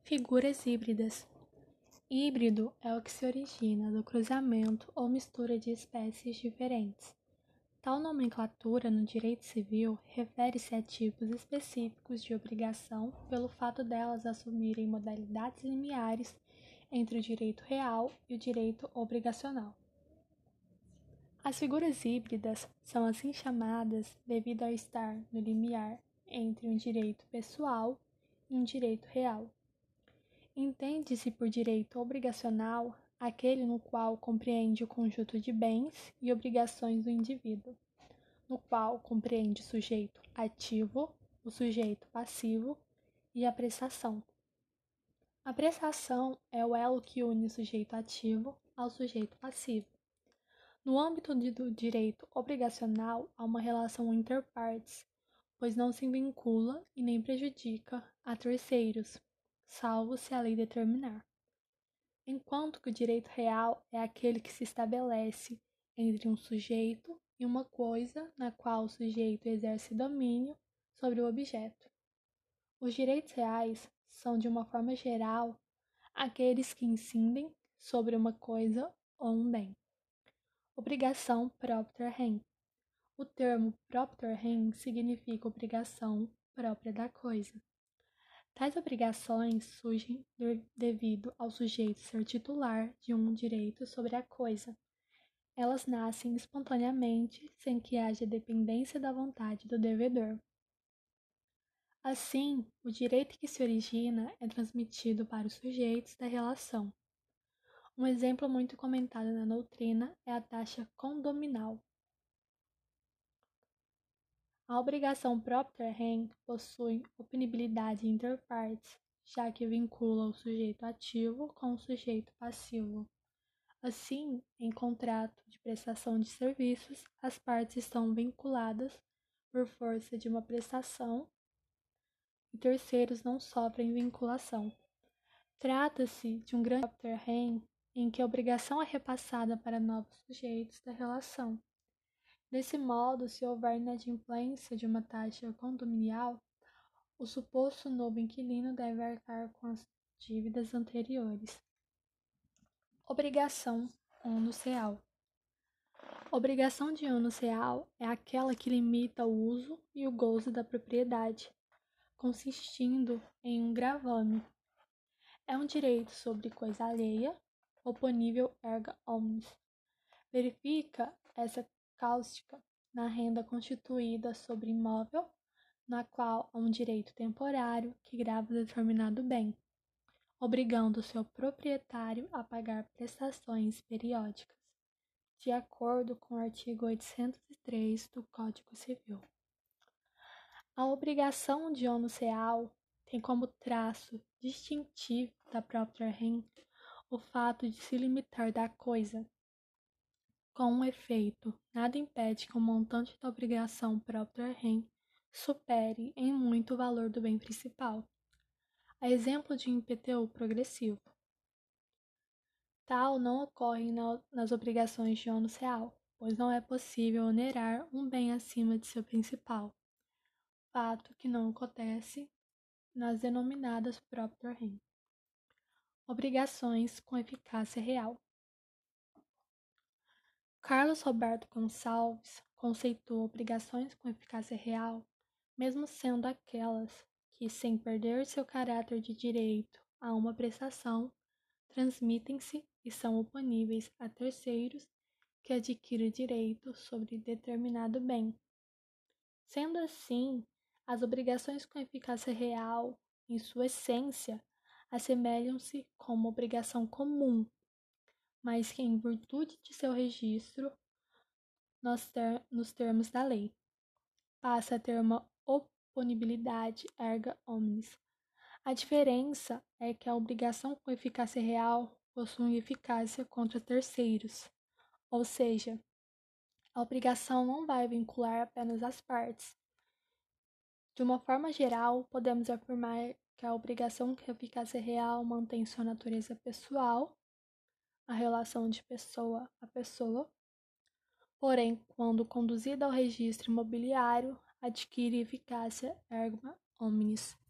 Figuras híbridas. Híbrido é o que se origina do cruzamento ou mistura de espécies diferentes. Tal nomenclatura no direito civil refere-se a tipos específicos de obrigação pelo fato delas assumirem modalidades limiares entre o direito real e o direito obrigacional. As figuras híbridas são assim chamadas devido a estar no limiar entre um direito pessoal e um direito real. Entende-se por direito obrigacional aquele no qual compreende o conjunto de bens e obrigações do indivíduo, no qual compreende o sujeito ativo, o sujeito passivo e a prestação. A prestação é o elo que une o sujeito ativo ao sujeito passivo. No âmbito do direito obrigacional, há uma relação inter partes, pois não se vincula e nem prejudica a terceiros, salvo se a lei determinar. Enquanto que o direito real é aquele que se estabelece entre um sujeito e uma coisa na qual o sujeito exerce domínio sobre o objeto. Os direitos reais são, de uma forma geral, aqueles que incidem sobre uma coisa ou um bem. Obrigação propter rem. O termo propter rem significa obrigação própria da coisa. Tais obrigações surgem devido ao sujeito ser titular de um direito sobre a coisa. Elas nascem espontaneamente, sem que haja dependência da vontade do devedor. Assim, o direito que se origina é transmitido para os sujeitos da relação. Um exemplo muito comentado na doutrina é a taxa condominal. A obrigação propter rem possui opinibilidade inter partes, já que vincula o sujeito ativo com o sujeito passivo. Assim, em contrato de prestação de serviços, as partes estão vinculadas por força de uma prestação e terceiros não sofrem vinculação. Trata-se de um grande propter rem em que a obrigação é repassada para novos sujeitos da relação. Desse modo, se houver inadimplência de uma taxa condominial, o suposto novo inquilino deve arcar com as dívidas anteriores. Obrigação onus real. Obrigação de onus real é aquela que limita o uso e o gozo da propriedade, consistindo em um gravame. É um direito sobre coisa alheia, oponível erga omnes. Verifica essa cáustica na renda constituída sobre imóvel, na qual há um direito temporário que grava determinado bem, obrigando o seu proprietário a pagar prestações periódicas, de acordo com o artigo 803 do Código Civil. A obrigação de onus real tem como traço distintivo da propter rem o fato de se limitar da coisa. Com um efeito, nada impede que o montante da obrigação propter rem supere em muito o valor do bem principal, a exemplo de um IPTU progressivo. Tal não ocorre nas obrigações de ônus real, pois não é possível onerar um bem acima de seu principal, fato que não acontece nas denominadas propter rem. Obrigações com eficácia real. Carlos Roberto Gonçalves conceitou obrigações com eficácia real, mesmo sendo aquelas que, sem perder seu caráter de direito a uma prestação, transmitem-se e são oponíveis a terceiros que adquirem direito sobre determinado bem. Sendo assim, as obrigações com eficácia real, em sua essência, assemelham-se com uma obrigação comum, mas que, em virtude de seu registro nos termos da lei, passa a ter uma oponibilidade erga omnes. A diferença é que a obrigação com eficácia real possui eficácia contra terceiros, ou seja, a obrigação não vai vincular apenas as partes. De uma forma geral, podemos afirmar que a obrigação com eficácia real mantém sua natureza pessoal, a relação de pessoa a pessoa, porém, quando conduzida ao registro imobiliário, adquire eficácia erga omnes.